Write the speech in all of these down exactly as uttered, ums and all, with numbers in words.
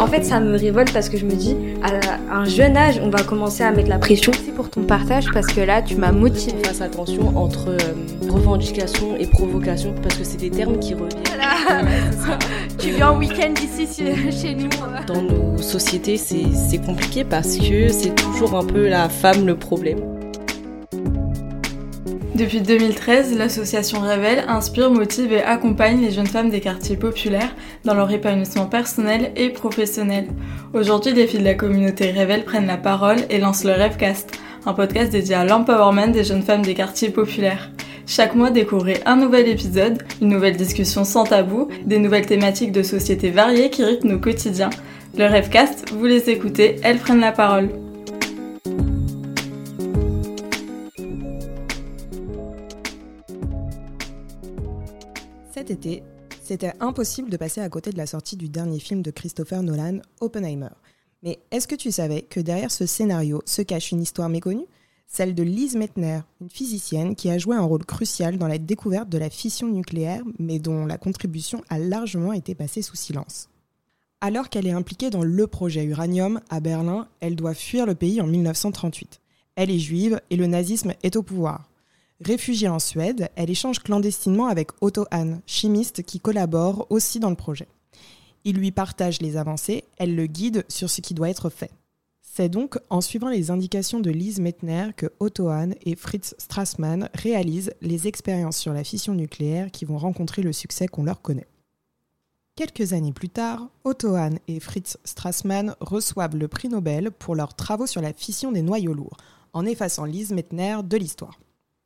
En fait, ça me révolte parce que je me dis, à un jeune âge, on va commencer à mettre la pression. Merci pour ton partage parce que là, tu m'as motivée. Fasse attention entre euh, revendication et provocation parce que c'est des termes qui reviennent. Voilà. Tu viens en week-end ici chez nous. Dans nos sociétés, c'est, c'est compliqué parce que c'est toujours un peu la femme le problème. Depuis deux mille treize, l'association Révèle inspire, motive et accompagne les jeunes femmes des quartiers populaires dans leur épanouissement personnel et professionnel. Aujourd'hui, les filles de la communauté Révèle prennent la parole et lancent le Rêvecast, un podcast dédié à l'empowerment des jeunes femmes des quartiers populaires. Chaque mois, découvrez un nouvel épisode, une nouvelle discussion sans tabou, des nouvelles thématiques de société variées qui rythment nos quotidiens. Le Rêvecast, vous les écoutez, elles prennent la parole. Cet été, c'était impossible de passer à côté de la sortie du dernier film de Christopher Nolan, Oppenheimer. Mais est-ce que tu savais que derrière ce scénario se cache une histoire méconnue ? Celle de Lise Meitner, une physicienne qui a joué un rôle crucial dans la découverte de la fission nucléaire, mais dont la contribution a largement été passée sous silence. Alors qu'elle est impliquée dans le projet Uranium à Berlin, elle doit fuir le pays en dix-neuf cent trente-huit. Elle est juive et le nazisme est au pouvoir. Réfugiée en Suède, elle échange clandestinement avec Otto Hahn, chimiste qui collabore aussi dans le projet. Il lui partage les avancées, elle le guide sur ce qui doit être fait. C'est donc en suivant les indications de Lise Meitner que Otto Hahn et Fritz Strassmann réalisent les expériences sur la fission nucléaire qui vont rencontrer le succès qu'on leur connaît. Quelques années plus tard, Otto Hahn et Fritz Strassmann reçoivent le prix Nobel pour leurs travaux sur la fission des noyaux lourds, en effaçant Lise Meitner de l'histoire.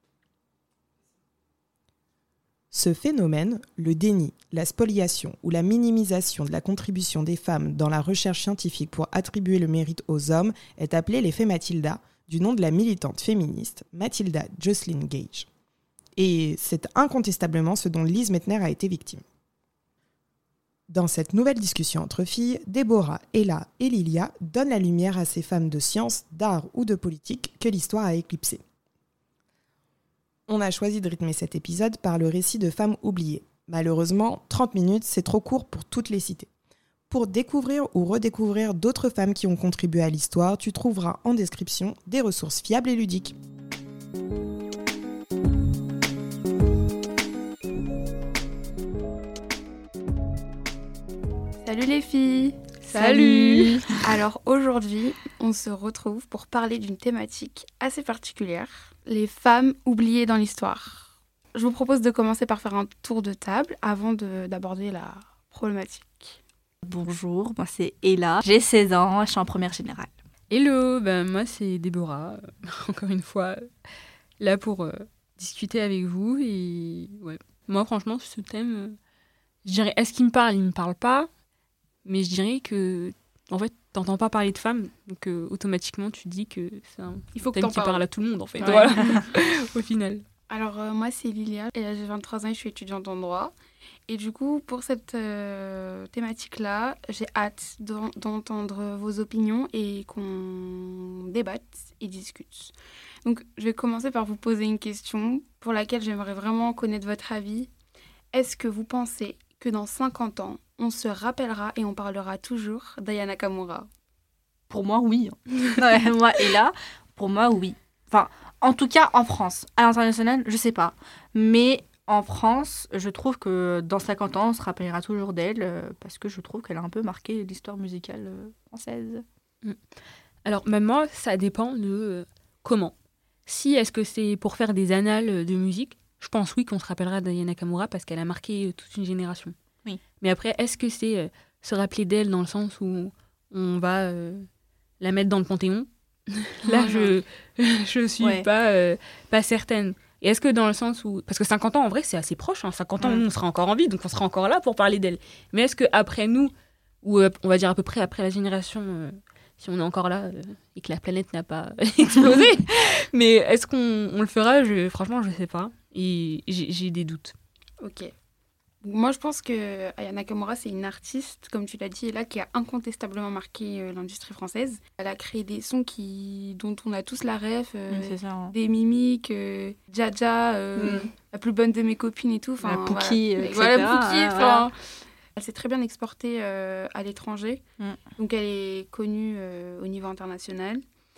Ce phénomène, le déni, la spoliation ou la minimisation de la contribution des femmes dans la recherche scientifique pour attribuer le mérite aux hommes, est appelé l'effet Mathilda, du nom de la militante féministe Mathilda Jocelyn Gage. Et c'est incontestablement ce dont Lise Meitner a été victime. Dans cette nouvelle discussion entre filles, Déborah, Ella et Lilia donnent la lumière à ces femmes de science, d'art ou de politique que l'histoire a éclipsées. On a choisi de rythmer cet épisode par le récit de femmes oubliées. Malheureusement, trente minutes, c'est trop court pour toutes les citer. Pour découvrir ou redécouvrir d'autres femmes qui ont contribué à l'histoire, tu trouveras en description des ressources fiables et ludiques. Salut les filles. Salut. Alors aujourd'hui, on se retrouve pour parler d'une thématique assez particulière, les femmes oubliées dans l'histoire. Je vous propose de commencer par faire un tour de table avant de, d'aborder la problématique. Bonjour, moi c'est Ella, j'ai seize ans, je suis en première générale. Hello, ben moi c'est Déborah, encore une fois, là pour euh, discuter avec vous. Et ouais, moi franchement, ce thème, euh, je dirais, est-ce qu'il me parle ? Il me parle pas. Mais je dirais que, en fait, t'entends pas parler de femmes, donc euh, automatiquement tu dis que c'est un Il faut que thème t'en qui parles. parle à tout le monde, en fait. Ouais. Voilà, au final. Alors euh, moi c'est Lilia, et là, j'ai vingt-trois ans et je suis étudiante en droit. Et du coup, pour cette euh, thématique-là, j'ai hâte d'en- d'entendre vos opinions et qu'on débatte et discute. Donc je vais commencer par vous poser une question pour laquelle j'aimerais vraiment connaître votre avis. Est-ce que vous pensez que dans cinquante ans, on se rappellera et on parlera toujours d'Aya Nakamura ? Pour moi, oui. Ouais, moi, Ella, pour moi, oui. Enfin, en tout cas, en France. À l'international, je sais pas. Mais en France, je trouve que dans cinquante ans, on se rappellera toujours d'elle euh, parce que je trouve qu'elle a un peu marqué l'histoire musicale euh, française. Alors, même moi, ça dépend de euh, comment. Si, est-ce que c'est pour faire des annales de musique ? Je pense oui qu'on se rappellera d'Aya Nakamura parce qu'elle a marqué euh, toute une génération. Oui. Mais après, est-ce que c'est euh, se rappeler d'elle dans le sens où on va euh, la mettre dans le Panthéon ? Là, Oh, je je suis Ouais. pas, euh, pas certaine. Et est-ce que dans le sens où... Parce que cinquante ans, en vrai, c'est assez proche. Hein. cinquante ans, Mm. nous, on sera encore en vie, donc on sera encore là pour parler d'elle. Mais est-ce qu'après nous, ou euh, on va dire à peu près après la génération, euh, si on est encore là euh, et que la planète n'a pas explosé, mais est-ce qu'on on le fera ? je, Franchement, je sais pas. Et j'ai, j'ai des doutes. Ok. Moi, je pense que Aya Nakamura, c'est une artiste, comme tu l'as dit, là, qui a incontestablement marqué euh, l'industrie française. Elle a créé des sons qui, dont on a tous la ref, euh, Oui, c'est ça. Hein. des mimiques, euh, Jaja, euh, Mm. la plus bonne de mes copines et tout. La Enfin, Pookie, voilà. euh, Voilà, et cetera. Pookie, Ah, enfin, voilà. Elle s'est très bien exportée euh, à l'étranger. Mm. Donc, elle est connue euh, au niveau international.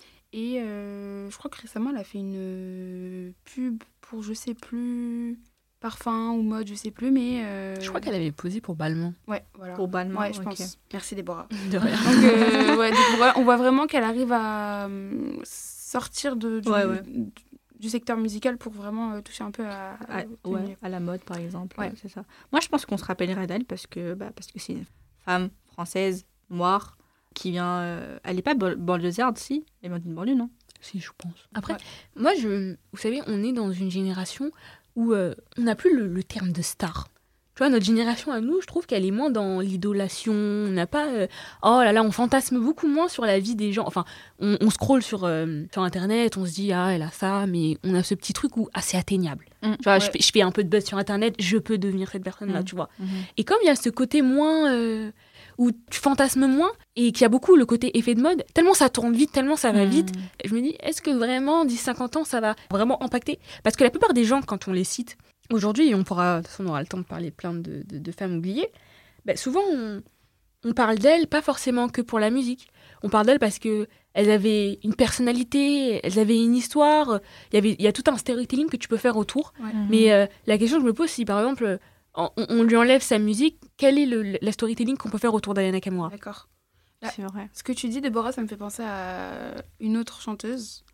Et euh, je crois que récemment, elle a fait une euh, pub pour, je sais plus, parfum ou mode, je sais plus, mais... Euh... Je crois qu'elle avait posé pour Balmain. Ouais, voilà. Pour Balmain, ouais, je okay. pense. Merci, Déborah. De rien. Donc, euh, ouais, donc, on voit vraiment qu'elle arrive à euh, sortir de, du, ouais, ouais. du secteur musical pour vraiment euh, toucher un peu à, à, à, ouais, à la mode, par exemple. Ouais. C'est ça. Moi, je pense qu'on se rappellerait d'elle parce que, bah, parce que c'est une femme française, noire, qui vient... Euh... Elle n'est pas banlieusarde, si. Elle vient d'une banlieue, non? Si, je pense. Après, ouais. moi, je, vous savez, on est dans une génération où euh, on n'a plus le, le terme de star. Tu vois, notre génération à nous, je trouve qu'elle est moins dans l'idolation. On n'a pas... Euh, oh là là, on fantasme beaucoup moins sur la vie des gens. Enfin, on, on scrolle sur, euh, sur Internet, on se dit, ah, elle a ça, mais on a ce petit truc où, ah, c'est atteignable. Mmh, tu vois, ouais. je, fais, je fais un peu de buzz sur Internet, je peux devenir cette personne-là, mmh, tu vois. Mmh. Et comme il y a ce côté moins... Euh, où tu fantasmes moins et qu'il y a beaucoup le côté effet de mode, tellement ça tourne vite, tellement ça va vite, mmh. je me dis, est-ce que vraiment, dix à cinquante ans, ça va vraiment impacter? Parce que la plupart des gens, quand on les cite, aujourd'hui, et on pourra, de toute façon, on aura le temps de parler plein de, de, de femmes oubliées, bah, souvent, on, on parle d'elles pas forcément que pour la musique. On parle d'elles parce qu'elles avaient une personnalité, elles avaient une histoire, il y avait, il y a tout un storytelling que tu peux faire autour. Ouais. Mmh. Mais euh, la question que je me pose, si par exemple... On, on lui enlève sa musique, quel est le, la storytelling qu'on peut faire autour d'Aya Nakamura? D'accord. Là, c'est vrai. Ce que tu dis, Déborah, ça me fait penser à une autre chanteuse.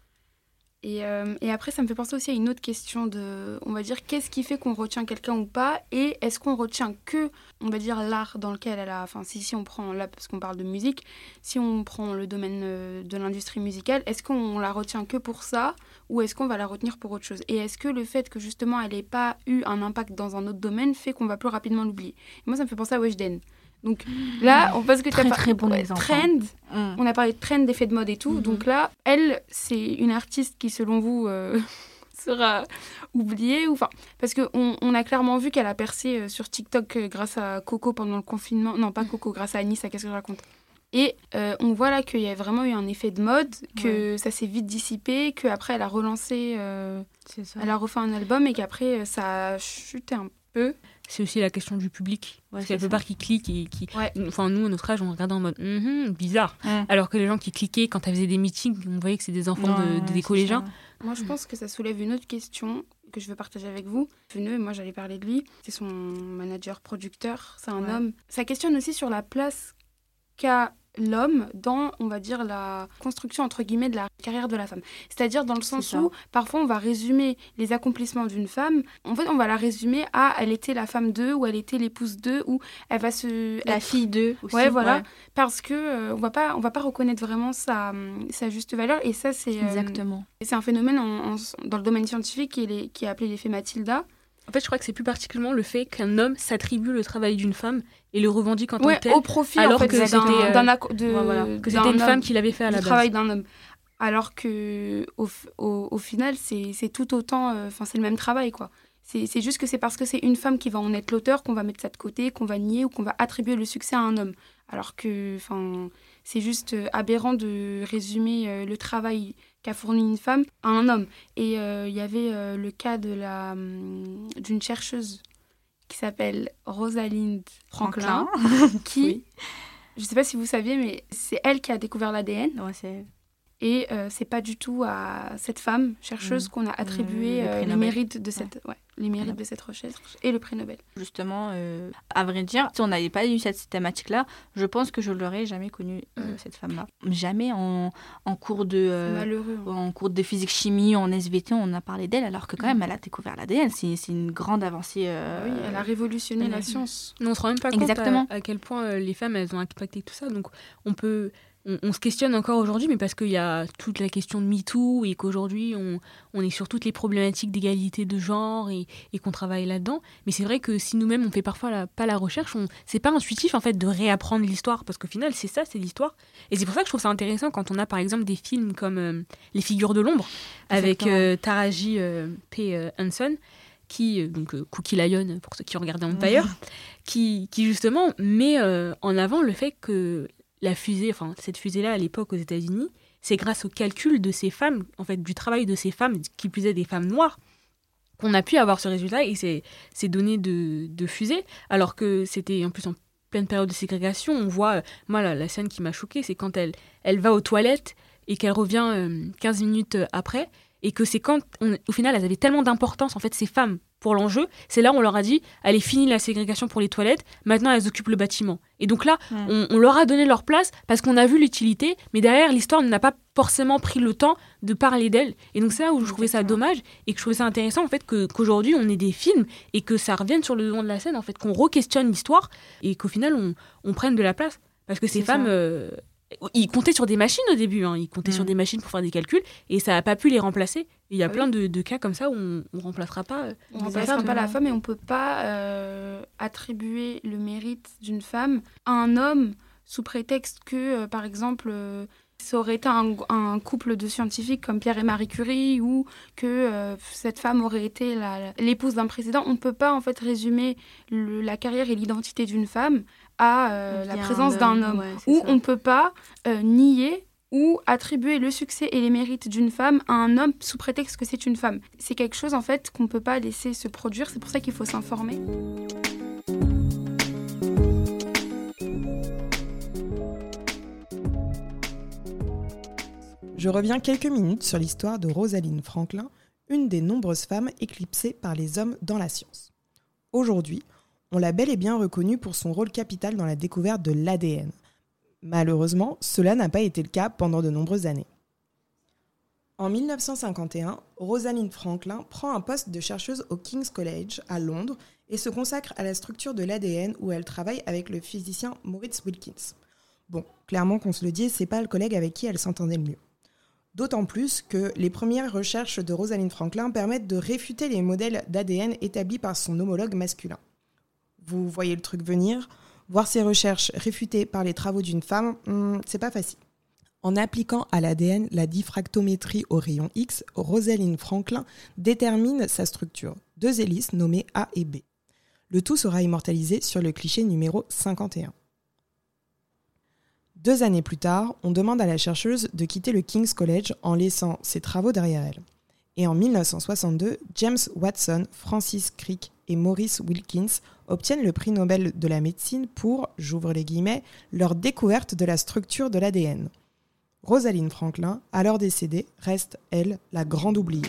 Et, euh, et après, ça me fait penser aussi à une autre question de, on va dire, qu'est-ce qui fait qu'on retient quelqu'un ou pas? Et est-ce qu'on retient que, on va dire, l'art dans lequel elle a... Enfin, si, si on prend, là, parce qu'on parle de musique, si on prend le domaine de l'industrie musicale, est-ce qu'on la retient que pour ça? Ou est-ce qu'on va la retenir pour autre chose? Et est-ce que le fait que, justement, elle n'ait pas eu un impact dans un autre domaine fait qu'on va plus rapidement l'oublier? Moi, ça me fait penser à Weshden. Donc là, on passe que très, tu as très bon exemple. Trend, mmh. on a parlé de trend, d'effet de mode et tout. Mmh. Donc là, elle, c'est une artiste qui, selon vous, euh, sera oubliée ou enfin parce que on, on a clairement vu qu'elle a percé sur TikTok grâce à Coco pendant le confinement. Non, pas Coco, grâce à Anissa. Qu'est-ce que je raconte? Et euh, on voit là qu'il y a vraiment eu un effet de mode, que ouais. ça s'est vite dissipé, qu'après elle a relancé, euh, c'est ça. Elle a refait un album et qu'après ça a chuté un peu. C'est aussi la question du public. Ouais, parce qu'il y a la plupart qui cliquent et qui... Ouais. Enfin, nous, à notre âge, on regardait en mode mm-hmm, bizarre. Mm. Alors que les gens qui cliquaient, quand elle faisait des meetings, on voyait que c'est des enfants non, de, de des collégiens. Moi, je pense que ça soulève une autre question que je veux partager avec vous. Veneux, moi, j'allais parler de lui. C'est son manager-producteur. C'est un ouais. homme. Ça questionne aussi sur la place qu'a l'homme dans, on va dire, la construction, entre guillemets, de la carrière de la femme. C'est-à-dire dans le sens où, parfois, on va résumer les accomplissements d'une femme. En fait, on va la résumer à, elle était la femme d'eux, ou elle était l'épouse d'eux, ou elle va se... La être... fille d'eux aussi. Ouais, voilà. Ouais. Parce que euh, on va pas, on va pas reconnaître vraiment sa, sa juste valeur. Et ça, c'est... Exactement. Euh, c'est un phénomène en, en, dans le domaine scientifique qui est, les, qui est appelé l'effet Mathilda. En fait, je crois que c'est plus particulièrement le fait qu'un homme s'attribue le travail d'une femme et le revendique en tant ouais, que tel. Au profit, alors en fait, que c'était, euh, d'un, de, ouais, voilà, que c'était une femme qui l'avait fait à la base. Le travail d'un homme. Alors que au, au, au final, c'est, c'est tout autant... Enfin, euh, c'est le même travail, quoi. C'est, c'est juste que c'est parce que c'est une femme qui va en être l'auteur qu'on va mettre ça de côté, qu'on va nier ou qu'on va attribuer le succès à un homme. Alors que, enfin, c'est juste aberrant de résumer euh, le travail qu'a fourni une femme à un homme. Et il euh, y avait euh, le cas de la, um, d'une chercheuse qui s'appelle Rosalind Franklin, Franklin. qui, oui. je ne sais pas si vous saviez, mais c'est elle qui a découvert l'A D N. Ouais, c'est... Et euh, c'est pas du tout à cette femme chercheuse mmh. qu'on a attribué mmh, euh, les mérites de cette, ouais. Ouais, les mérites de cette recherche et le prix Nobel. Justement, euh, à vrai dire, si on n'avait pas eu cette thématique-là, je pense que je l'aurais jamais connue euh, mmh. cette femme-là. Jamais en, en cours de euh, malheureux, hein. en cours de physique chimie, en S V T, on a parlé d'elle, alors que quand même, elle a découvert l'A D N. C'est, c'est une grande avancée. Euh, oui, elle a révolutionné la science. Mais on se rend même pas Exactement. compte à, à quel point les femmes elles ont impacté tout ça. Donc on peut On, on se questionne encore aujourd'hui, mais parce qu'il y a toute la question de MeToo et qu'aujourd'hui, on, on est sur toutes les problématiques d'égalité de genre et, et qu'on travaille là-dedans. Mais c'est vrai que si nous-mêmes, on fait parfois la, pas la recherche, on, c'est pas intuitif, en fait, de réapprendre l'histoire. Parce qu'au final, c'est ça, c'est l'histoire. Et c'est pour ça que je trouve ça intéressant quand on a, par exemple, des films comme euh, Les Figures de l'ombre, avec euh, Taraji euh, P. Euh, Henson, qui, euh, donc euh, Cookie Lion, pour ceux qui ont regardé Empire, mmh. qui, qui justement met euh, en avant le fait que la fusée, enfin cette fusée-là à l'époque aux États-Unis, c'est grâce au calcul de ces femmes, en fait du travail de ces femmes, qui plus est des femmes noires, qu'on a pu avoir ce résultat et ces, ces données de, de fusée, alors que c'était en plus en pleine période de ségrégation. On voit, euh, moi, la, la scène qui m'a choquée, c'est quand elle, elle va aux toilettes et qu'elle revient euh, quinze minutes après, et que c'est quand, on, au final, elles avaient tellement d'importance, en fait, ces femmes, pour l'enjeu, c'est là où on leur a dit, allez, fini la ségrégation pour les toilettes, maintenant elles occupent le bâtiment. Et donc là, mmh. on, on leur a donné leur place parce qu'on a vu l'utilité, mais derrière, l'histoire n'a pas forcément pris le temps de parler d'elles. Et donc c'est là où je trouvais ça dommage et que je trouvais ça intéressant, en fait, que, qu'aujourd'hui, on ait des films et que ça revienne sur le devant de la scène, en fait, qu'on re-questionne l'histoire et qu'au final, on, on prenne de la place. Parce que ces c'est femmes... Euh, ils comptaient sur des machines au début, hein. Ils comptaient mmh. sur des machines pour faire des calculs et ça n'a pas pu les remplacer. Il y a oui. plein de, de cas comme ça où on ne remplacera pas. Euh, on ne remplacera pas la femme et on ne peut pas euh, attribuer le mérite d'une femme à un homme sous prétexte que, euh, par exemple, euh, ça aurait été un, un couple de scientifiques comme Pierre et Marie Curie ou que euh, cette femme aurait été la, l'épouse d'un président. On ne peut pas en fait résumer le, la carrière et l'identité d'une femme à euh, la présence d'un homme. Ouais, ou ça. On ne peut pas euh, nier ou attribuer le succès et les mérites d'une femme à un homme sous prétexte que c'est une femme. C'est quelque chose en fait qu'on ne peut pas laisser se produire, c'est pour ça qu'il faut s'informer. Je reviens quelques minutes sur l'histoire de Rosalind Franklin, une des nombreuses femmes éclipsées par les hommes dans la science. Aujourd'hui, on l'a bel et bien reconnue pour son rôle capital dans la découverte de l'A D N. Malheureusement, cela n'a pas été le cas pendant de nombreuses années. En dix-neuf cent cinquante et un, Rosalind Franklin prend un poste de chercheuse au King's College à Londres et se consacre à la structure de l'A D N où elle travaille avec le physicien Maurice Wilkins. Bon, clairement qu'on se le dise, c'est pas le collègue avec qui elle s'entendait le mieux. D'autant plus que les premières recherches de Rosalind Franklin permettent de réfuter les modèles d'A D N établis par son homologue masculin. Vous voyez le truc venir ? Voir ces recherches réfutées par les travaux d'une femme, hmm, c'est pas facile. En appliquant à l'A D N la diffractométrie au rayon X, Rosalind Franklin détermine sa structure, deux hélices nommées A et B. Le tout sera immortalisé sur le cliché numéro cinquante et un. Deux années plus tard, on demande à la chercheuse de quitter le King's College en laissant ses travaux derrière elle. Et en dix-neuf cent soixante-deux, James Watson, Francis Crick et Maurice Wilkins obtiennent le prix Nobel de la médecine pour, j'ouvre les guillemets, leur découverte de la structure de l'A D N. Rosalind Franklin, alors décédée, reste, elle, la grande oubliée.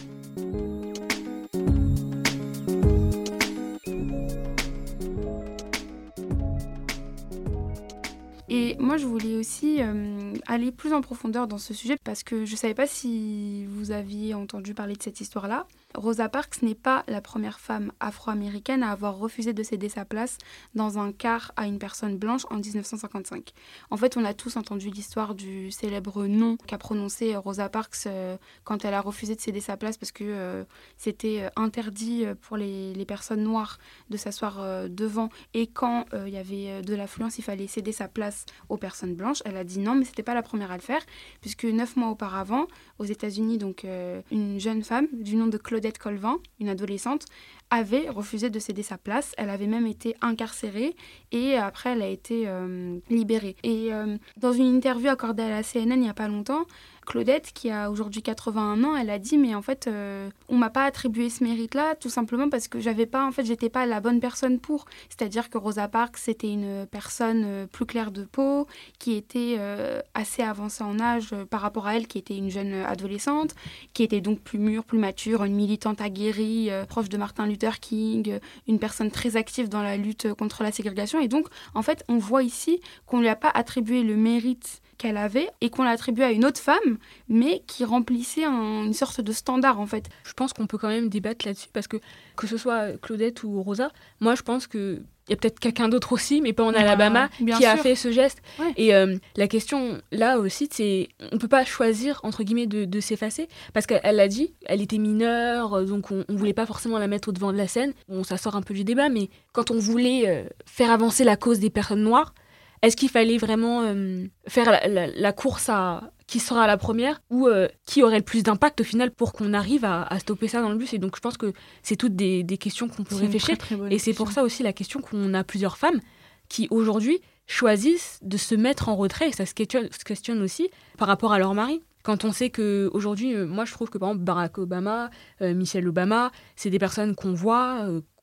Et moi, je voulais aussi euh, aller plus en profondeur dans ce sujet parce que je ne savais pas si vous aviez entendu parler de cette histoire-là. Rosa Parks n'est pas la première femme afro-américaine à avoir refusé de céder sa place dans un car à une personne blanche en dix-neuf cent cinquante-cinq. En fait, on a tous entendu l'histoire du célèbre nom qu'a prononcé Rosa Parks euh, quand elle a refusé de céder sa place parce que euh, c'était interdit pour les, les personnes noires de s'asseoir euh, devant et quand il euh, y avait de l'affluence, il fallait céder sa place aux personnes blanches. Elle a dit non, mais c'était pas la première à le faire puisque neuf mois auparavant, aux États-Unis, donc euh, une jeune femme du nom de Claudette Colvin, une adolescente, avait refusé de céder sa place. Elle avait même été incarcérée et après elle a été euh, libérée. Et euh, dans une interview accordée à la C N N il n'y a pas longtemps, Claudette, qui a aujourd'hui quatre-vingt-un ans, elle a dit mais en fait euh, on m'a pas attribué ce mérite-là tout simplement parce que j'avais pas en fait j'étais pas la bonne personne pour. C'est-à-dire que Rosa Parks c'était une personne euh, plus claire de peau, qui était euh, assez avancée en âge euh, par rapport à elle, qui était une jeune adolescente, qui était donc plus mûre, plus mature, une militante aguerrie, euh, proche de Martin Luther King, euh, une personne très active dans la lutte contre la ségrégation. Et donc en fait on voit ici qu'on lui a pas attribué le mérite qu'elle avait et qu'on l'a attribué à une autre femme, mais qui remplissait un, une sorte de standard en fait. Je pense qu'on peut quand même débattre là-dessus parce que que ce soit Claudette ou Rosa, moi je pense que il y a peut-être quelqu'un d'autre aussi, mais pas en Alabama, ah, qui sûr. a fait ce geste. Ouais. Et euh, la question là aussi, c'est on peut pas choisir entre guillemets de, de s'effacer parce qu'elle l'a dit, elle était mineure, donc on, on voulait pas forcément la mettre au devant de la scène. Bon, ça sort un peu du débat, mais quand on voulait euh, faire avancer la cause des personnes noires, est-ce qu'il fallait vraiment euh, faire la, la, la course à qui sera la première ou euh, qui aurait le plus d'impact au final pour qu'on arrive à, à stopper ça dans le bus? Et donc je pense que c'est toutes des, des questions qu'on peut c'est réfléchir. Très, très et c'est question. Pour ça aussi la question qu'on a plusieurs femmes qui aujourd'hui choisissent de se mettre en retrait et ça se questionne, se questionne aussi par rapport à leur mari. Quand on sait qu'aujourd'hui, euh, moi je trouve que par exemple Barack Obama, euh, Michelle Obama, c'est des personnes qu'on voit... Euh,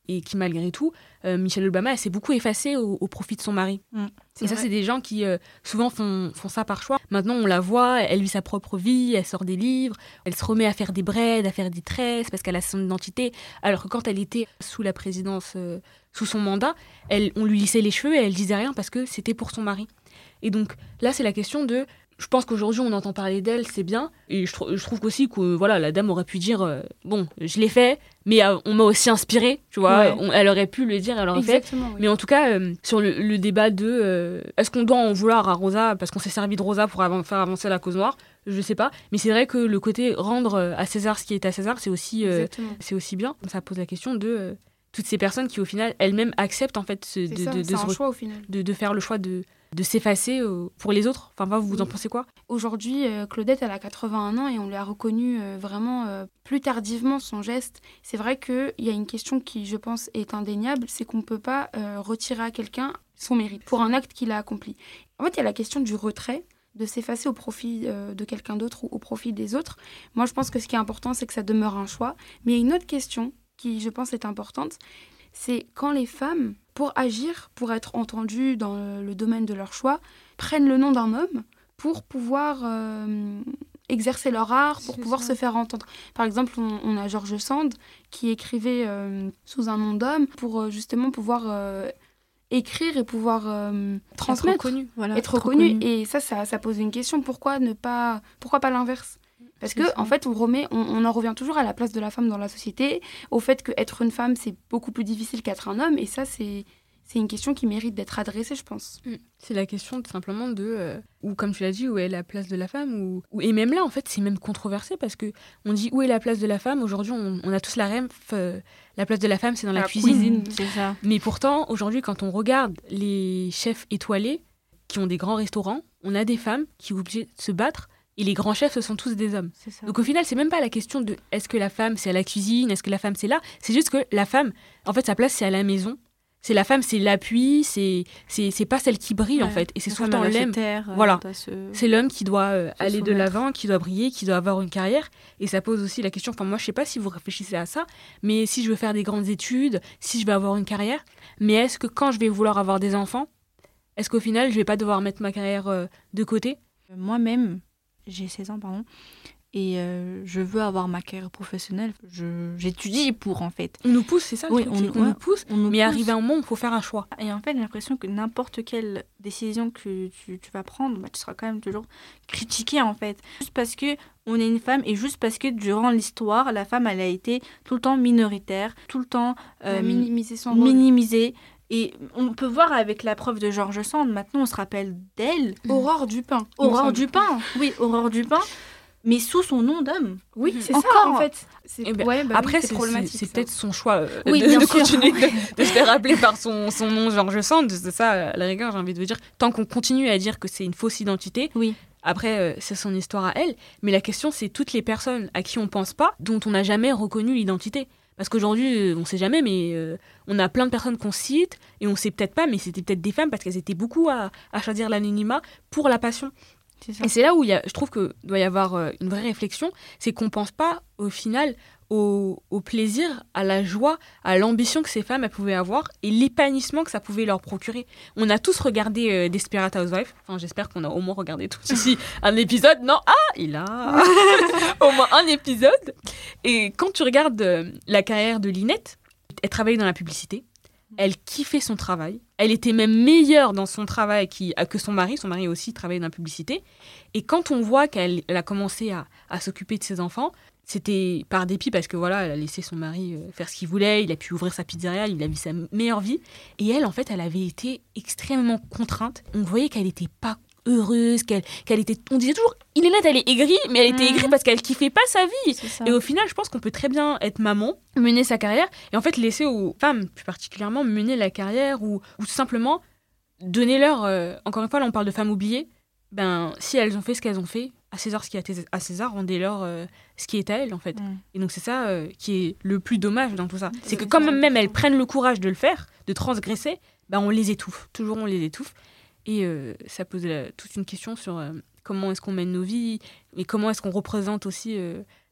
et qui malgré tout, euh, Michelle Obama, elle s'est beaucoup effacée au, au profit de son mari. Mmh, et ça, vrai. C'est des gens qui euh, souvent font, font ça par choix. Maintenant, on la voit, elle vit sa propre vie, elle sort des livres, elle se remet à faire des braids, à faire des tresses parce qu'elle a son identité. Alors que quand elle était sous la présidence, euh, sous son mandat, elle, on lui lissait les cheveux et elle disait rien parce que c'était pour son mari. Et donc là, c'est la question de... Je pense qu'aujourd'hui, on entend parler d'elle, c'est bien. Et je, tr- je trouve aussi que voilà, la dame aurait pu dire euh, bon, je l'ai fait, mais euh, on m'a aussi inspiré, tu vois. Ouais. On, elle aurait pu le dire, elle l'aurait fait. Oui. Mais en tout cas, euh, sur le, le débat de euh, est-ce qu'on doit en vouloir à Rosa parce qu'on s'est servi de Rosa pour av- faire avancer la cause noire, je sais pas. Mais c'est vrai que le côté rendre à César ce qui est à César, c'est aussi, euh, c'est aussi bien. Ça pose la question de euh, toutes ces personnes qui, au final, elles-mêmes acceptent en fait ce, de, ça, de, de, c'est un re- choix, au final. de, de faire le choix de. de s'effacer euh, pour les autres. Enfin, vous, vous en pensez quoi ? Aujourd'hui, euh, Claudette, elle a quatre-vingt-un ans et on lui a reconnu euh, vraiment euh, plus tardivement son geste. C'est vrai qu'il y a une question qui, je pense, est indéniable, c'est qu'on ne peut pas euh, retirer à quelqu'un son mérite pour un acte qu'il a accompli. En fait, il y a la question du retrait, de s'effacer au profit euh, de quelqu'un d'autre ou au profit des autres. Moi, je pense que ce qui est important, c'est que ça demeure un choix. Mais il y a une autre question qui, je pense, est importante, c'est quand les femmes, pour agir, pour être entendues dans le, le domaine de leur choix, prennent le nom d'un homme pour pouvoir euh, exercer leur art, pour c'est pouvoir ça. se faire entendre. Par exemple, on, on a George Sand qui écrivait euh, sous un nom d'homme pour euh, justement pouvoir euh, écrire et pouvoir euh, transmettre, être reconnu. Voilà, être reconnu. reconnu. Et ça, ça, ça pose une question. Pourquoi ne pas, pourquoi pas l'inverse ? Parce qu'en en fait, on, remet, on, on en revient toujours à la place de la femme dans la société, au fait qu'être une femme, c'est beaucoup plus difficile qu'être un homme. Et ça, c'est, c'est une question qui mérite d'être adressée, je pense. Mmh. C'est la question tout simplement de... Euh, ou comme tu l'as dit, où est la place de la femme ou, ou, et même là, en fait, c'est même controversé parce qu'on dit où est la place de la femme. Aujourd'hui, on, on a tous la rêve. Euh, la place de la femme, c'est dans la, la cuisine. cuisine. C'est ça. Mais pourtant, aujourd'hui, quand on regarde les chefs étoilés qui ont des grands restaurants, on a des femmes qui sont obligées de se battre. Et les grands chefs, ce sont tous des hommes. Donc au final, c'est même pas la question de est-ce que la femme, c'est à la cuisine, est-ce que la femme, c'est là. C'est juste que la femme, en fait, sa place, c'est à la maison. C'est la femme, c'est l'appui, c'est, c'est, c'est pas celle qui brille, ouais, en fait. Et c'est souvent l'homme. Terre, voilà. Se... C'est l'homme qui doit euh, aller de l'avant, qui doit briller, qui doit avoir une carrière. Et ça pose aussi la question, enfin moi, je sais pas si vous réfléchissez à ça, mais si je veux faire des grandes études, si je veux avoir une carrière, mais est-ce que quand je vais vouloir avoir des enfants, est-ce qu'au final, je vais pas devoir mettre ma carrière euh, de côté ? Moi-même, j'ai seize ans, pardon, et euh, je veux avoir ma carrière professionnelle. Je, j'étudie pour, en fait. On nous pousse, c'est ça le oui, truc, on, c'est qu'on ouais, nous pousse, on nous mais pousse. arrivé à un moment, il faut faire un choix. Et en fait, j'ai l'impression que n'importe quelle décision que tu, tu vas prendre, bah, tu seras quand même toujours critiquée, en fait. Juste parce qu'on est une femme et juste parce que durant l'histoire, la femme, elle a été tout le temps minoritaire, tout le temps euh, minimisée son minimisée. Et on peut voir avec la preuve de George Sand, maintenant on se rappelle d'elle. Aurore Dupin. Aurore Dupin, oui, Aurore Dupin, mais sous son nom d'homme. Oui, c'est Encore. ça en fait. C'est, ben, ouais, bah après, oui, c'est, c'est problématique. C'est, c'est peut-être son choix euh, oui, de, bien de sûr. continuer de, de se faire appeler par son, son nom George Sand. C'est ça, à la rigueur, j'ai envie de vous dire. Tant qu'on continue à dire que c'est une fausse identité, oui. Après, euh, c'est son histoire à elle. Mais la question, c'est toutes les personnes à qui on pense pas, dont on n'a jamais reconnu l'identité. Parce qu'aujourd'hui, on ne sait jamais, mais euh, on a plein de personnes qu'on cite et on ne sait peut-être pas, mais c'était peut-être des femmes parce qu'elles étaient beaucoup à, à choisir l'anonymat pour la passion. C'est ça. Et c'est là où il y a, je trouve qu'il doit y avoir euh, une vraie réflexion, c'est qu'on ne pense pas au final au, au plaisir, à la joie, à l'ambition que ces femmes elles pouvaient avoir et l'épanouissement que ça pouvait leur procurer. On a tous regardé euh, Desperate Housewives, enfin j'espère qu'on a au moins regardé tous ici un épisode, non, ah, il a au moins un épisode. Et quand tu regardes euh, la carrière de Lynette, elle travaillait dans la publicité, elle kiffait son travail, elle était même meilleure dans son travail qui, que son mari, son mari aussi travaillait dans la publicité, et quand on voit qu'elle elle a commencé à, à s'occuper de ses enfants, c'était par dépit parce que voilà, elle a laissé son mari faire ce qu'il voulait, il a pu ouvrir sa pizzeria, il a vu sa meilleure vie. Et elle, en fait, elle avait été extrêmement contrainte. On voyait qu'elle n'était pas heureuse, qu'elle, qu'elle était... On disait toujours, Lynette, elle est aigrie, mais elle était aigrie parce qu'elle kiffait pas sa vie. Et au final, je pense qu'on peut très bien être maman, mener sa carrière, et en fait laisser aux femmes, plus particulièrement, mener la carrière ou, ou tout simplement donner leur... Euh, encore une fois, là, on parle de femmes oubliées. Ben, si elles ont fait ce qu'elles ont fait, à César ce qui est à César, rendez-leur euh, ce qui est à elles, en fait. Mm. Et donc, c'est ça euh, qui est le plus dommage dans tout ça. C'est, c'est que quand même, même elles prennent le courage de le faire, de transgresser, ben, on les étouffe. Toujours, on les étouffe. Et euh, ça pose euh, toute une question sur euh, comment est-ce qu'on mène nos vies et comment est-ce qu'on représente aussi euh,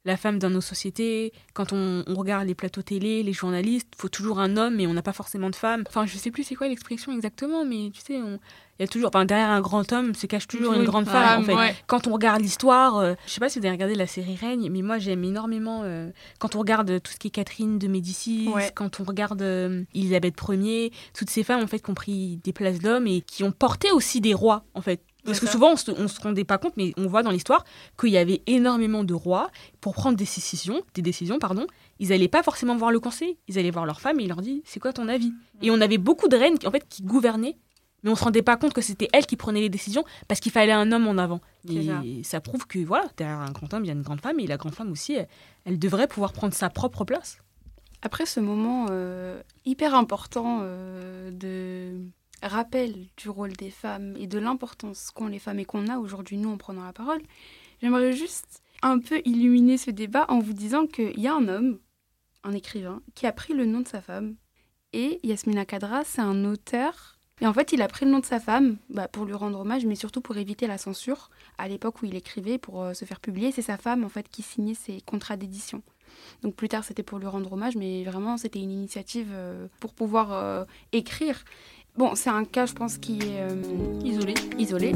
la femme dans nos sociétés. Quand on, on regarde les plateaux télé, les journalistes, il faut toujours un homme, mais on n'a pas forcément de femme. Enfin, je sais plus c'est quoi l'expression exactement, mais tu sais, on... il y a toujours, enfin, derrière un grand homme se cache toujours une, une grande femme, femme. En fait. Ouais. Quand on regarde l'histoire, euh, je sais pas si vous avez regardé la série Règne, mais moi j'aime énormément. Euh, quand on regarde tout ce qui est Catherine de Médicis, ouais. quand on regarde euh, Élisabeth Ier, toutes ces femmes en fait qui ont pris des places d'hommes et qui ont porté aussi des rois en fait. Parce que souvent, on ne se rendait pas compte, mais on voit dans l'histoire qu'il y avait énormément de rois pour prendre des décisions, des décisions pardon, ils n'allaient pas forcément voir le conseil, ils allaient voir leur femme et ils leur disaient « c'est quoi ton avis ?» Et on avait beaucoup de reines en fait, qui gouvernaient, mais on ne se rendait pas compte que c'était elles qui prenaient les décisions parce qu'il fallait un homme en avant. Et ça. ça prouve que voilà, derrière un grand homme, il y a une grande femme, et la grande femme aussi, elle, elle devrait pouvoir prendre sa propre place. Après ce moment euh, hyper important euh, de... rappel du rôle des femmes et de l'importance qu'ont les femmes et qu'on a aujourd'hui, nous, en prenant la parole, j'aimerais juste un peu illuminer ce débat en vous disant qu'il y a un homme, un écrivain, qui a pris le nom de sa femme. Et Yasmina Khadra, c'est un auteur. Et en fait, il a pris le nom de sa femme bah, pour lui rendre hommage, mais surtout pour éviter la censure. À l'époque où il écrivait, pour euh, se faire publier, c'est sa femme, en fait, qui signait ses contrats d'édition. Donc plus tard, c'était pour lui rendre hommage, mais vraiment, c'était une initiative euh, pour pouvoir euh, écrire. Bon, c'est un cas, je pense, qui est euh, isolé. isolé.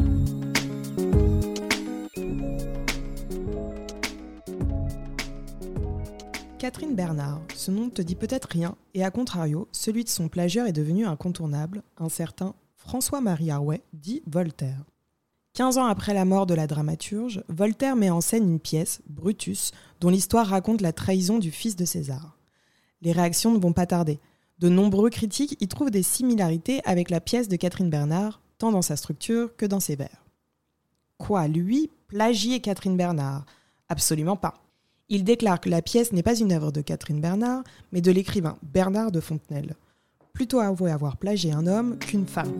Catherine Bernard, ce nom ne te dit peut-être rien, et à contrario, celui de son plagieur est devenu incontournable, un certain François-Marie Arouet, dit Voltaire. quinze ans après la mort de la dramaturge, Voltaire met en scène une pièce, Brutus, dont l'histoire raconte la trahison du fils de César. Les réactions ne vont pas tarder. De nombreux critiques y trouvent des similarités avec la pièce de Catherine Bernard, tant dans sa structure que dans ses vers. Quoi, lui, plagier Catherine Bernard ? Absolument pas. Il déclare que la pièce n'est pas une œuvre de Catherine Bernard, mais de l'écrivain Bernard de Fontenelle. Plutôt avoué avoir plagié un homme qu'une femme.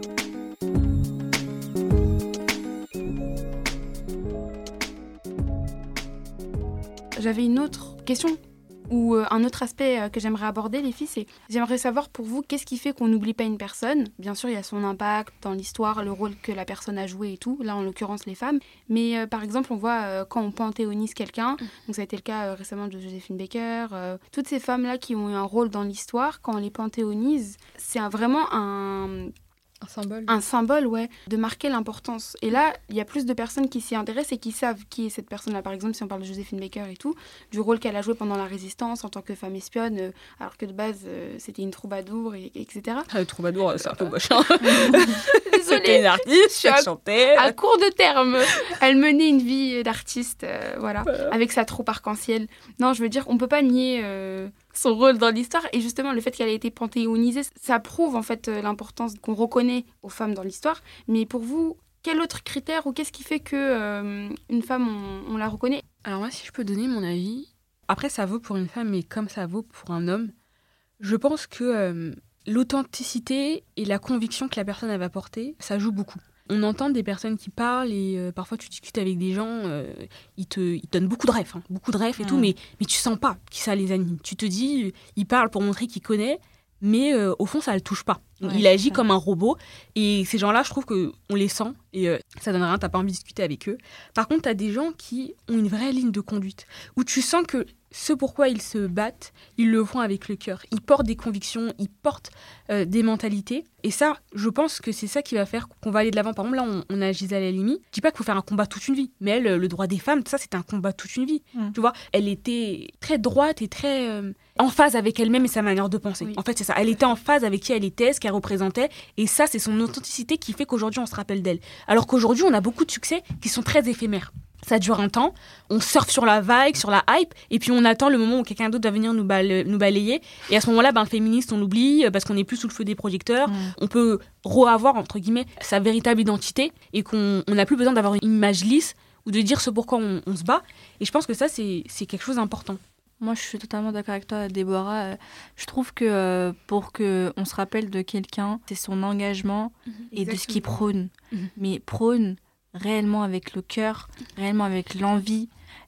J'avais une autre question. Ou euh, un autre aspect euh, que j'aimerais aborder, les filles, c'est j'aimerais savoir pour vous, qu'est-ce qui fait qu'on n'oublie pas une personne ? Bien sûr, il y a son impact dans l'histoire, le rôle que la personne a joué et tout, là en l'occurrence les femmes. Mais euh, par exemple, on voit euh, quand on panthéonise quelqu'un, donc ça a été le cas euh, récemment de Joséphine Baker, euh, toutes ces femmes-là qui ont eu un rôle dans l'histoire, quand on les panthéonise, c'est un, vraiment un... Un symbole. Un symbole, ouais, de marquer l'importance. Et là, il y a plus de personnes qui s'y intéressent et qui savent qui est cette personne-là. Par exemple, si on parle de Joséphine Baker et tout, du rôle qu'elle a joué pendant la Résistance en tant que femme espionne, euh, alors que de base, euh, c'était une troubadour, et, etc. Ah, troubadour, c'est un peu moche. Hein. Désolée. C'était une artiste, elle chantait. À court de terme. Elle menait une vie d'artiste, euh, voilà, avec sa troupe arc-en-ciel. Non, je veux dire, on peut pas nier... Euh, son rôle dans l'histoire, et justement le fait qu'elle ait été panthéonisée, ça prouve en fait l'importance qu'on reconnaît aux femmes dans l'histoire. Mais pour vous, quel autre critère ou qu'est-ce qui fait que euh, une femme on, on la reconnaît ? Alors moi, si je peux donner mon avis, après ça vaut pour une femme, mais comme ça vaut pour un homme, je pense que euh, l'authenticité et la conviction que la personne elle va porter, ça joue beaucoup. On entend des personnes qui parlent et euh, parfois tu discutes avec des gens, euh, ils, te, ils te donnent beaucoup de rêves, hein, beaucoup de rêves et mmh. tout, mais, mais tu sens pas que ça les anime. Tu te dis, il parle pour montrer qu'il connaît, mais euh, au fond, ça le touche pas. Ouais, il agit comme un robot et ces gens-là, je trouve qu'on les sent et euh, ça donne rien, t'as pas envie de discuter avec eux. Par contre, t'as des gens qui ont une vraie ligne de conduite où tu sens que ce pourquoi ils se battent, ils le font avec le cœur. Ils portent des convictions, ils portent euh, des mentalités. Et ça, je pense que c'est ça qui va faire qu'on va aller de l'avant. Par exemple, là, on, on a Gisèle Halimi. Je dis pas qu'il faut faire un combat toute une vie, mais elle, le droit des femmes, ça, c'était un combat toute une vie. Mmh. Tu vois, elle était très droite et très euh, en phase avec elle-même et sa manière de penser. Oui. En fait, c'est ça. Elle était en phase avec qui elle était, ce qu'elle représentait. Et ça, c'est son authenticité qui fait qu'aujourd'hui, on se rappelle d'elle. Alors qu'aujourd'hui, on a beaucoup de succès qui sont très éphémères. Ça dure un temps, on surfe sur la vague, sur la hype, et puis on attend le moment où quelqu'un d'autre va venir nous, bala- nous balayer. Et à ce moment-là, ben, le féministe, on l'oublie parce qu'on n'est plus sous le feu des projecteurs. Mmh. On peut re-avoir, entre guillemets, sa véritable identité et qu'on n'a plus besoin d'avoir une image lisse ou de dire ce pourquoi on, on se bat. Et je pense que ça, c'est, c'est quelque chose d'important. Moi, je suis totalement d'accord avec toi, Déborah. Je trouve que euh, pour qu'on se rappelle de quelqu'un, c'est son engagement mmh, et de ce qu'il prône. Mmh. Mais prône réellement avec le cœur, réellement avec l'envie.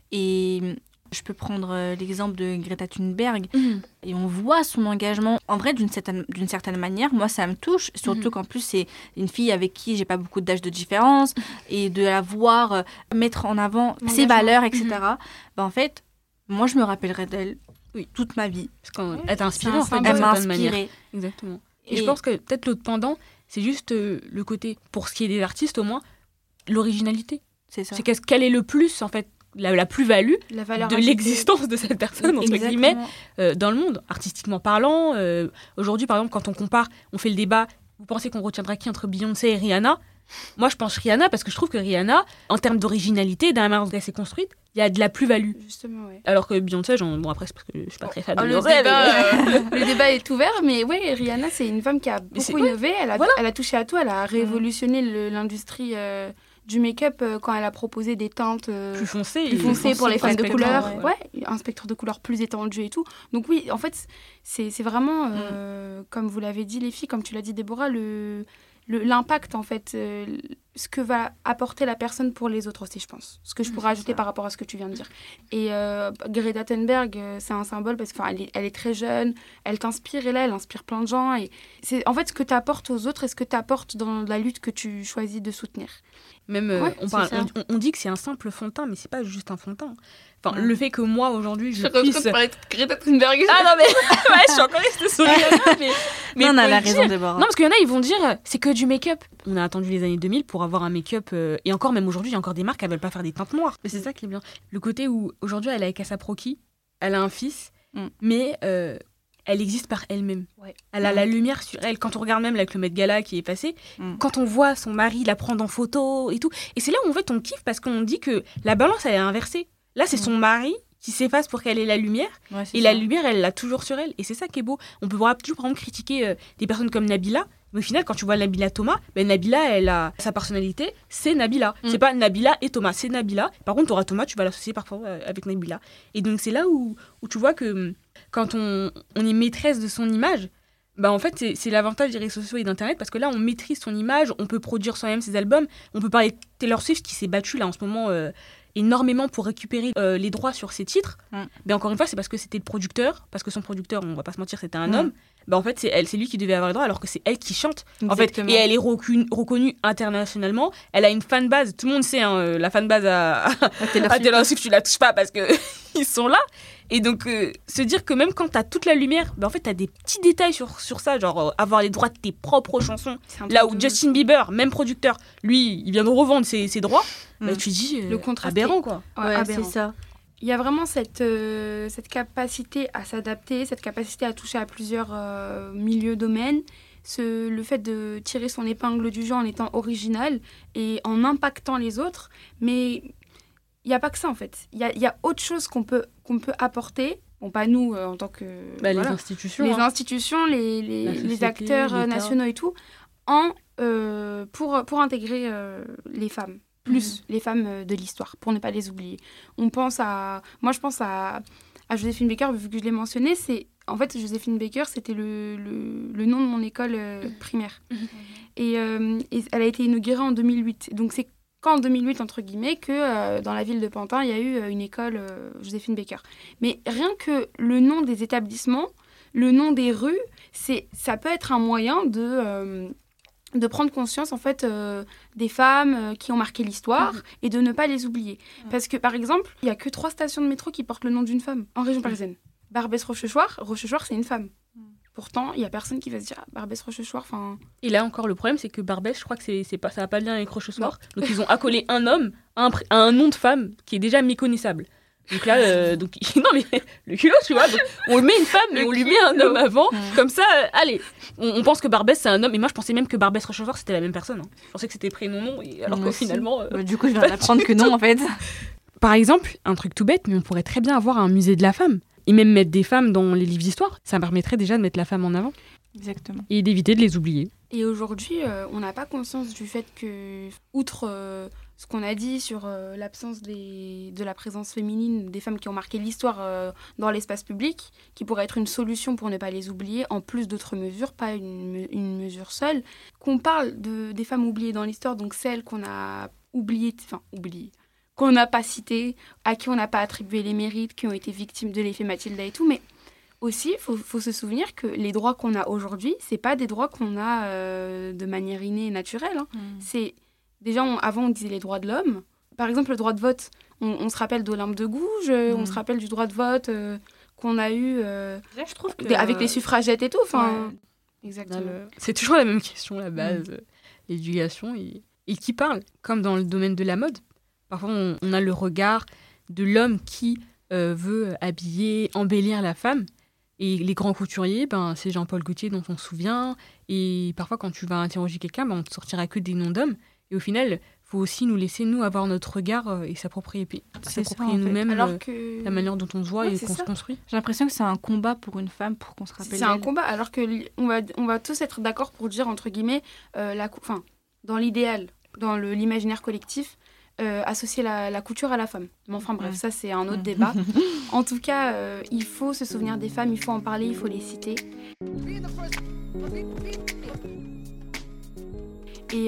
Et je peux prendre l'exemple de Greta Thunberg. Mmh. Et on voit son engagement. En vrai, d'une certaine, d'une certaine manière, moi, ça me touche. Surtout mmh. qu'en plus, c'est une fille avec qui j'ai pas beaucoup d'âge de différence. Et de la voir mettre en avant ses valeurs, et cetera. Mmh. Ben, en fait, Moi, je me rappellerai d'elle Oui. toute ma vie. Parce qu'elle Ouais, t'a inspiré, c'est un en fait, symbole. d'une Elle m'a certaine manière. inspirée. Exactement. Et, Et- je pense que peut-être l'autre pendant, c'est juste euh, le côté, pour ce qui est des artistes au moins, l'originalité. C'est ça. C'est qu'est-ce qu'elle est le plus, en fait, la, la plus-value La valeur de ajoutée. l'existence de cette personne, entre Exactement. guillemets, euh, dans le monde, artistiquement parlant. Euh, aujourd'hui, par exemple, quand on compare, on fait le débat, vous pensez qu'on retiendra qui entre Beyoncé et Rihanna ? Moi, je pense Rihanna parce que je trouve que Rihanna, en termes d'originalité, d'un manière dont elle s'est construite, il y a de la plus-value. Justement, ouais. Alors que Beyoncé, j'en... bon après, c'est parce que je suis pas très fan Oh, de le, Beyoncé, débat, mais- euh, le débat est ouvert, mais oui, Rihanna, c'est une femme qui a Mais c'est- beaucoup innové. Elle a, voilà. elle a touché à tout. Elle a révolutionné le- l'industrie euh, du make-up euh, quand elle a proposé des teintes euh, plus foncé. plus et- foncées pour les femmes de spectre, couleur. ouais. Ouais. Un spectre de couleurs plus étendu et tout. Donc oui, en fait, c'est c'est vraiment, euh, comme vous l'avez dit, les filles, comme tu l'as dit, Déborah, le le- l'impact, en fait, euh, ce que va apporter la personne pour les autres aussi, je pense. Ce que je pourrais ajouter par rapport à ce que tu viens de dire. Et euh, Greta Thunberg, euh, c'est un symbole parce qu'elle est, elle est très jeune, elle t'inspire, et là, elle inspire plein de gens. Et c'est en fait ce que tu apportes aux autres et ce que tu apportes dans la lutte que tu choisis de soutenir. Même, euh, Ouais, on, c'est parle, ça. on, on dit que c'est un simple fond de teint, mais c'est pas juste un fond de teint. Enfin, Ouais. le fait que moi, aujourd'hui, je Je puisse... de parler de Greta Thunberg. Ah non, mais ouais, je suis encore restée sur Rihanna, mais... mais non, on a faut la le raison, dire. Déborah. Non, parce qu'il y en a, ils vont dire, euh, c'est que du make-up. On a attendu les années deux mille pour avoir un make-up. euh, et encore, même aujourd'hui, il y a encore des marques qui ne veulent pas faire des teintes noires. Mais c'est ça qui est bien. Le côté où, aujourd'hui, elle est avec Asa Proki, elle a un fils, Mm. mais euh, elle existe par elle-même. Ouais. Elle a Mm. la lumière sur elle. Quand on regarde même avec le Met Gala qui est passé, Mm. quand on voit son mari la prendre en photo et tout. Et c'est là où, en fait, on kiffe parce qu'on dit que la balance, elle est inversée. Là, c'est Mm. son mari qui s'efface pour qu'elle ait la lumière. Ouais, c'est Et ça. la lumière, elle l'a toujours sur elle. Et c'est ça qui est beau. On peut voir toujours, par exemple, critiquer euh, des personnes comme Nabila. Mais au final, quand tu vois Nabila Thomas, ben Nabila, elle a sa personnalité, c'est Nabila. Mm. C'est pas Nabila et Thomas, c'est Nabila. Par contre, tu auras Thomas, tu vas l'associer parfois euh, avec Nabila. Et donc, c'est là où, où tu vois que hum, quand on, on est maîtresse de son image, bah en fait, c'est, c'est l'avantage des réseaux sociaux et d'Internet parce que là, on maîtrise son image, on peut produire soi-même ses albums. On peut parler de Taylor Swift qui s'est battue là en ce moment euh, énormément pour récupérer euh, les droits sur ses titres. Mm. Mais encore une fois, c'est parce que c'était le producteur, parce que son producteur, on va pas se mentir, c'était un Mm. homme. Bah en fait, c'est elle, c'est lui qui devait avoir les droits alors que c'est elle qui chante. En fait, Exactement. et elle est reconnue, reconnue internationalement. Elle a une fanbase. Tout le monde sait hein, euh, la fanbase à, Ah, Taylor à Swift. Taylor Swift, tu la touches pas parce que ils sont là. Et donc euh, se dire que même quand t'as toute la lumière, bah en fait t'as des petits détails sur sur ça, genre euh, avoir les droits de tes propres chansons. C'est un Là truc où de- Justin Bieber, même producteur, lui, il vient de revendre ses, ses droits. Bah Mm. tu dis euh, Le contraste aberrant quoi. Ouais, Ouais, aberrant. c'est ça. Il y a vraiment cette, euh, cette capacité à s'adapter, cette capacité à toucher à plusieurs euh, milieux, domaines. Ce, le fait de tirer son épingle du jeu en étant original et en impactant les autres. Mais il n'y a pas que ça, en fait. Il y a, il y a autre chose qu'on peut, qu'on peut apporter. Bon, pas nous, euh, en tant que... Bah, voilà. les institutions. les hein. institutions, les, les, La les société, acteurs euh, l'État. nationaux et tout, en, euh, pour, pour intégrer euh, les femmes, plus les femmes euh, de l'histoire, pour ne pas les oublier. On pense à... Moi, je pense à, à Joséphine Baker, vu que je l'ai mentionné, c'est... En fait, Joséphine Baker, c'était le, le, le nom de mon école euh, primaire. Et, euh, et elle a été inaugurée en deux mille huit. Donc, c'est qu'en deux mille huit, entre guillemets, que euh, dans la ville de Pantin, il y a eu euh, une école euh, Joséphine Baker. Mais rien que le nom des établissements, le nom des rues, c'est, ça peut être un moyen de, euh, de prendre conscience, en fait, euh, des femmes euh, qui ont marqué l'histoire et de ne pas les oublier. Parce que, par exemple, il n'y a que trois stations de métro qui portent le nom d'une femme en région parisienne. Barbès-Rochechouart, Rochechouart, c'est une femme. Pourtant, il n'y a personne qui va se dire ah, Barbès-Rochechouart, enfin... Et là encore, le problème, c'est que Barbès, je crois que c'est, c'est pas, ça n'a pas de lien avec Rochechouart. Donc ils ont accolé un homme à un, pr- à un nom de femme qui est déjà méconnaissable. Donc là, euh, donc, non mais le culot, tu vois, donc, on lui met une femme mais on lui met un homme avant. Comme ça, euh, allez, on, on pense que Barbès c'est un homme. Et moi, je pensais même que Barbès-Rochechouart c'était la même personne. hein. Je pensais que c'était prénom-nom, et alors Moi que aussi. finalement... euh, Bah, du coup, je viens d'apprendre que non, en fait. Par exemple, un truc tout bête, mais on pourrait très bien avoir un musée de la femme. Et même mettre des femmes dans les livres d'histoire. Ça permettrait déjà de mettre la femme en avant. Exactement. Et d'éviter de les oublier. Et aujourd'hui, euh, on n'a pas conscience du fait que, outre euh, ce qu'on a dit sur euh, l'absence des, de la présence féminine des femmes qui ont marqué l'histoire euh, dans l'espace public, qui pourrait être une solution pour ne pas les oublier, en plus d'autres mesures, pas une, me- une mesure seule, qu'on parle de, des femmes oubliées dans l'histoire, donc celles qu'on a oubliées, enfin oubliées, qu'on n'a pas citées, à qui on n'a pas attribué les mérites, qui ont été victimes de l'effet Mathilda et tout, mais aussi, il faut, faut se souvenir que les droits qu'on a aujourd'hui, c'est pas des droits qu'on a euh, de manière innée et naturelle. hein. C'est déjà on- avant on disait les droits de l'homme. Par exemple, le droit de vote. on, on se rappelle d'Olympe de Gouges, mmh. on se rappelle du droit de vote euh, qu'on a eu euh, Là, je trouve que, avec les suffragettes et tout. Enfin, ouais. Exactement. Le... C'est toujours la même question, la base, mmh. l'éducation. Et... et qui parle, comme dans le domaine de la mode. Parfois, on, on a le regard de l'homme qui euh, veut habiller, embellir la femme. Et les grands couturiers, ben, c'est Jean-Paul Gaultier dont on se souvient. Et parfois, quand tu vas interroger quelqu'un, ben, on ne te sortira que des noms d'hommes. Et au final, il faut aussi nous laisser, nous, avoir notre regard euh, et s'approprier, s'approprier nous-mêmes euh, que... la manière dont on se voit ouais, et qu'on ça. se construit. J'ai l'impression que c'est un combat pour une femme, pour qu'on se rappelle. C'est d'elle. un combat, alors qu'on va, on va tous être d'accord pour dire, entre guillemets, euh, la, enfin, dans l'idéal, dans le, l'imaginaire collectif, euh, associer la, la couture à la femme. Mais enfin bref, ouais. ça c'est un autre ouais. débat. En tout cas, euh, il faut se souvenir des femmes, il faut en parler, il faut les citer. Et,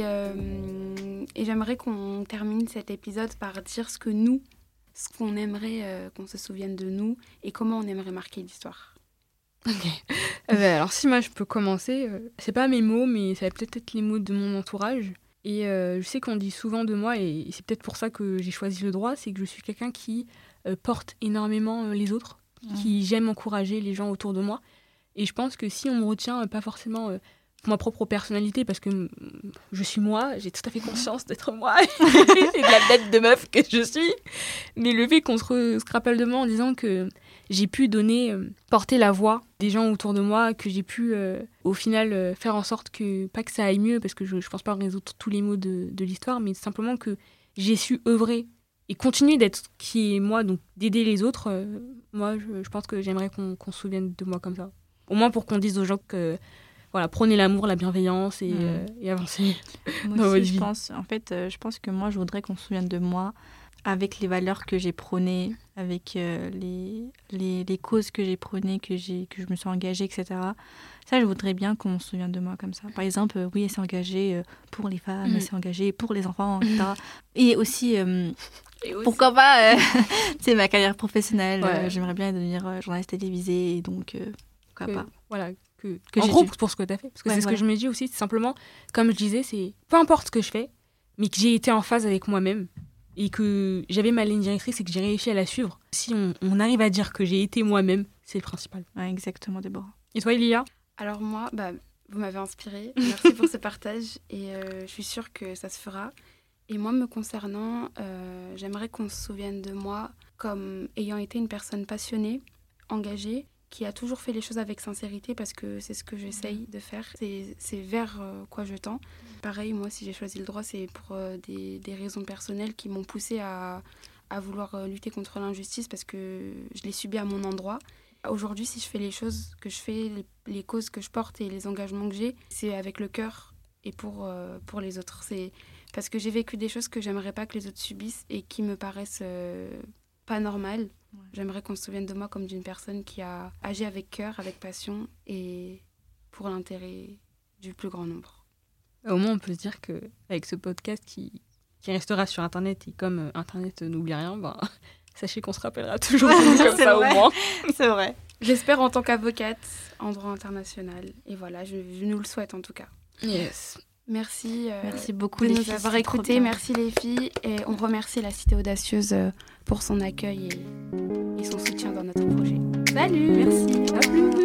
euh, et j'aimerais qu'on termine cet épisode par dire ce que nous, ce qu'on aimerait euh, qu'on se souvienne de nous et comment on aimerait marquer l'histoire. Ok. Euh, bah, alors si moi je peux commencer, euh, c'est pas mes mots, mais ça va peut-être être les mots de mon entourage. Et euh, je sais qu'on dit souvent de moi, et c'est peut-être pour ça que j'ai choisi le droit, c'est que je suis quelqu'un qui euh, porte énormément euh, les autres, mmh. qui j'aime encourager les gens autour de moi. Et je pense que si on me retient, euh, pas forcément euh, pour ma propre personnalité, parce que euh, je suis moi, j'ai tout à fait conscience d'être moi, et de la bête de meuf que je suis, mais le fait qu'on se, re, se rappelle de moi en disant que j'ai pu donner, euh, porter la voix des gens autour de moi, que j'ai pu euh, au final euh, faire en sorte que, pas que ça aille mieux, parce que je ne pense pas résoudre tous les maux de, de l'histoire, mais simplement que j'ai su œuvrer et continuer d'être qui est moi, donc d'aider les autres. Euh, moi, je, je pense que j'aimerais qu'on, qu'on se souvienne de moi comme ça. Au moins pour qu'on dise aux gens que, voilà, prenez l'amour, la bienveillance et, mmh. euh, et avancez moi dans aussi, votre je vie. Pense, en fait, euh, je pense que moi, je voudrais qu'on se souvienne de moi avec les valeurs que j'ai prônées, avec euh, les, les, les causes que j'ai prônées, que, j'ai, que je me suis engagée, et cetera. Ça, je voudrais bien qu'on se souvienne de moi comme ça. Par exemple, euh, oui, elle s'est engagée euh, pour les femmes, mmh. elle s'est engagée pour les enfants, et cetera. Et aussi, euh, et aussi... pourquoi pas, euh, c'est ma carrière professionnelle. Ouais. Euh, j'aimerais bien devenir euh, journaliste télévisée, et donc, euh, pourquoi que, pas. Voilà, que, que en gros, dû... pour ce que tu as fait. Parce que ouais, c'est voilà. ce que je me dis aussi, c'est simplement, comme je disais, c'est peu importe ce que je fais, mais que j'ai été en phase avec moi-même. Et que j'avais ma ligne directrice et que j'ai réussi à la suivre. Si on, on arrive à dire que j'ai été moi-même, c'est le principal. Ouais, exactement, Déborah. Et toi, Elia ? Alors moi, bah, vous m'avez inspirée. Merci pour ce partage. Et euh, je suis sûre que ça se fera. Et moi, me concernant, euh, j'aimerais qu'on se souvienne de moi comme ayant été une personne passionnée, engagée, qui a toujours fait les choses avec sincérité parce que c'est ce que j'essaye de faire. C'est, c'est vers euh, quoi je tends. Pareil, moi, si j'ai choisi le droit, c'est pour euh, des, des raisons personnelles qui m'ont poussée à, à vouloir euh, lutter contre l'injustice parce que je l'ai subi à mon endroit. Aujourd'hui, si je fais les choses que je fais, les, les causes que je porte et les engagements que j'ai, c'est avec le cœur et pour, euh, pour les autres. C'est parce que j'ai vécu des choses que j'aimerais pas que les autres subissent et qui me paraissent euh, pas normales. Ouais. J'aimerais qu'on se souvienne de moi comme d'une personne qui a agi avec cœur, avec passion et pour l'intérêt du plus grand nombre. Au moins, on peut se dire qu'avec ce podcast qui, qui restera sur Internet et comme euh, Internet n'oublie rien, ben, sachez qu'on se rappellera toujours comme ça vrai. Au moins. C'est vrai. J'espère en tant qu'avocate en droit international. Et voilà, je, je nous le souhaite en tout cas. Yes. Merci, euh, Merci beaucoup de les nous filles, avoir écoutés. Merci les filles. Et on remercie la Cité Audacieuse pour son accueil et, et son soutien dans notre projet. Salut. Merci. À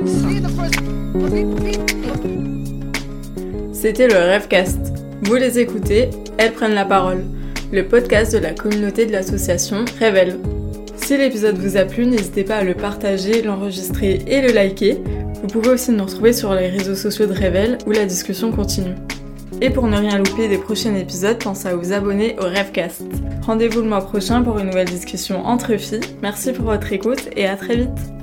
plus. C'était le Rêvecast. Vous les écoutez, elles prennent la parole. Le podcast de la communauté de l'association Révèle. Si l'épisode vous a plu, n'hésitez pas à le partager, l'enregistrer et le liker. Vous pouvez aussi nous retrouver sur les réseaux sociaux de Révèle où la discussion continue. Et pour ne rien louper des prochains épisodes, pensez à vous abonner au Rêvecast. Rendez-vous le mois prochain pour une nouvelle discussion entre filles. Merci pour votre écoute et à très vite.